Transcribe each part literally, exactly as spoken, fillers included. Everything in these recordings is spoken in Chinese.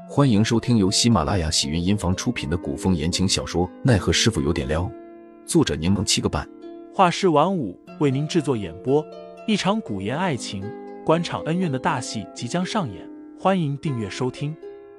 欢迎收听由喜马拉雅喜云音房出品的古风言情小说《奈何师傅有点撩》，作者柠檬七个半， 画师晚舞为您制作演播。一场古言爱情、官场恩怨的大戏即将上演，欢迎订阅收听。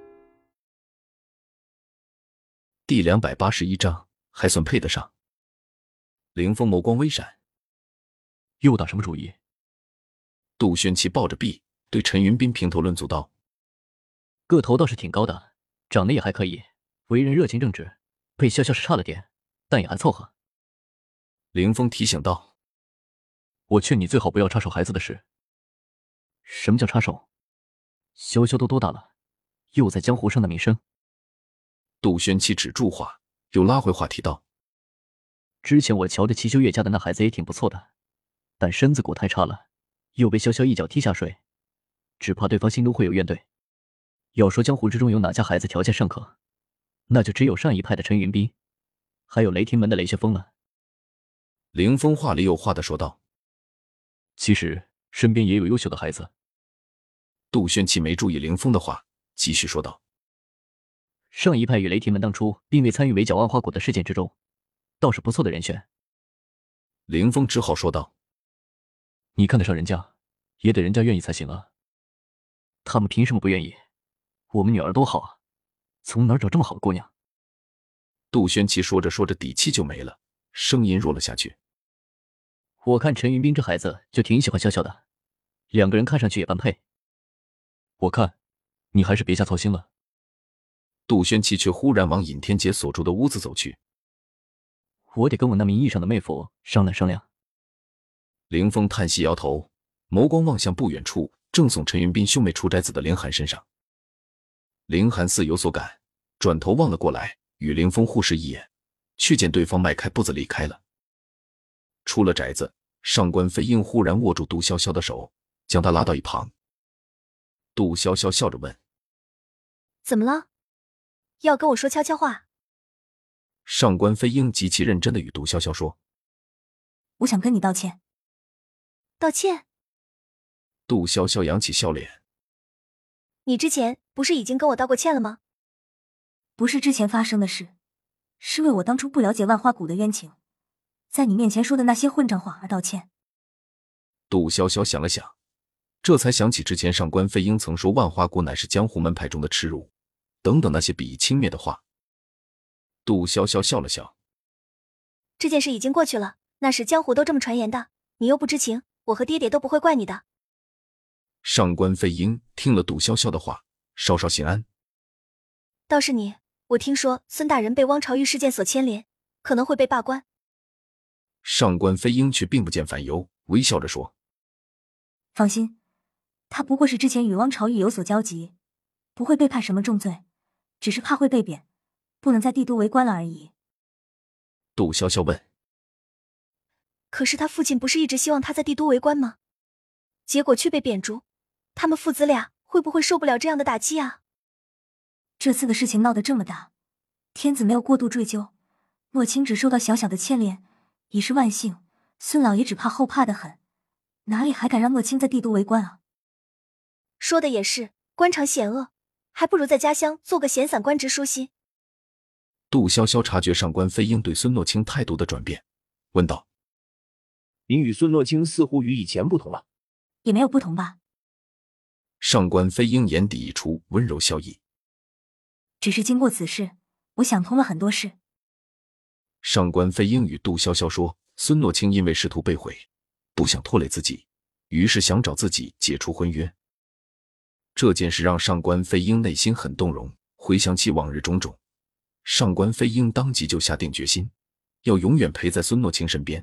第两百八十一章，还算配得上。凌风眸光微闪， 又打什么主意？ 杜轩奇抱着臂对陈云斌评头论足道： 个头倒是挺高的，长得也还可以，为人热情正直，配潇潇是差了点，但也还凑合。 凌风提醒道： 我劝你最好不要插手孩子的事。什么叫插手？潇潇都多大了，又在江湖上的名声。 杜轩奇止住话，又拉回话题道： 之前我瞧着齐修月家的那孩子也挺不错的，但身子骨太差了，又被潇潇一脚踢下水，只怕对方心中会有怨怼。要说江湖之中有哪家孩子条件尚可，那就只有上一派的陈云斌，还有雷霆门的雷雪峰了。 凌风话里有话的说道： 其实身边也有优秀的孩子。 杜轩奇没注意凌风的话，继续说道： 上一派与雷霆门当初并未参与围剿万花谷的事件之中，倒是不错的人选。 凌风只好说道： 你看得上人家，也得人家愿意才行啊。他们凭什么不愿意？我们女儿多好啊，从哪儿找这么好的姑娘？ 杜轩奇说着说着底气就没了，声音弱了下去。 我看陈云斌这孩子就挺喜欢潇潇的，两个人看上去也般配。我看你还是别瞎操心了。 杜轩奇却忽然往尹天杰所住的屋子走去。 我得跟我那名义上的妹夫商量商量。 凌风叹息摇头，眸光望向不远处正送陈云斌兄妹出宅子的凌寒身上。凌寒似有所感，转头望了过来，与凌风互视一眼，却见对方迈开步子离开了。出了宅子，上官飞鹰忽然握住杜潇潇的手，将她拉到一旁。杜潇潇笑着问： 怎么了？要跟我说悄悄话？ 上官飞鹰极其认真地与杜潇潇说： 我想跟你道歉。道歉？ 杜潇潇扬起笑脸： 你之前不是已经跟我道过歉了吗？不是之前发生的事，是为我当初不了解万花谷的冤情，在你面前说的那些混账话而道歉。 杜潇潇想了想，这才想起之前上官飞鹰曾说万花谷乃是江湖门派中的耻辱等等那些鄙夷轻蔑的话。杜潇潇笑了笑： 这件事已经过去了，那时江湖都这么传言的，你又不知情，我和爹爹都不会怪你的。 上官飞鹰听了杜潇潇的话，稍稍心安。 倒是你，我听说孙大人被汪朝玉事件所牵连，可能会被罢官。 上官飞鹰却并不见烦忧，微笑着说： 放心，他不过是之前与汪朝玉有所交集，不会被判什么重罪，只是怕会被贬，不能在帝都为官了而已。 杜潇潇问： 可是他父亲不是一直希望他在帝都为官吗？结果却被贬逐，他们父子俩会不会受不了这样的打击啊？这次的事情闹得这么大，天子没有过度追究，洛清只受到小小的牵连，已是万幸。孙老爷只怕后怕得很，哪里还敢让洛清在帝都为官啊？说的也是，官场险恶，还不如在家乡做个闲散官职舒心。 杜潇潇察觉上官飞鹰对孙诺清态度的转变，问道： 您与孙诺清似乎与以前不同了。 也没有不同吧。 上官飞鹰眼底一出温柔笑意： 只是经过此事，我想通了很多事。 上官飞鹰与杜潇潇说，孙诺清因为仕途被毁，不想拖累自己，于是想找自己解除婚约。这件事让上官飞鹰内心很动容，回想起往日种种，上官飞鹰当即就下定决心，要永远陪在孙诺清身边。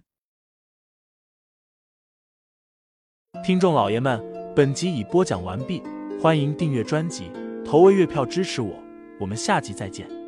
听众老爷们，本集已播讲完毕，欢迎订阅专辑，投喂月票支持我，我们下集再见。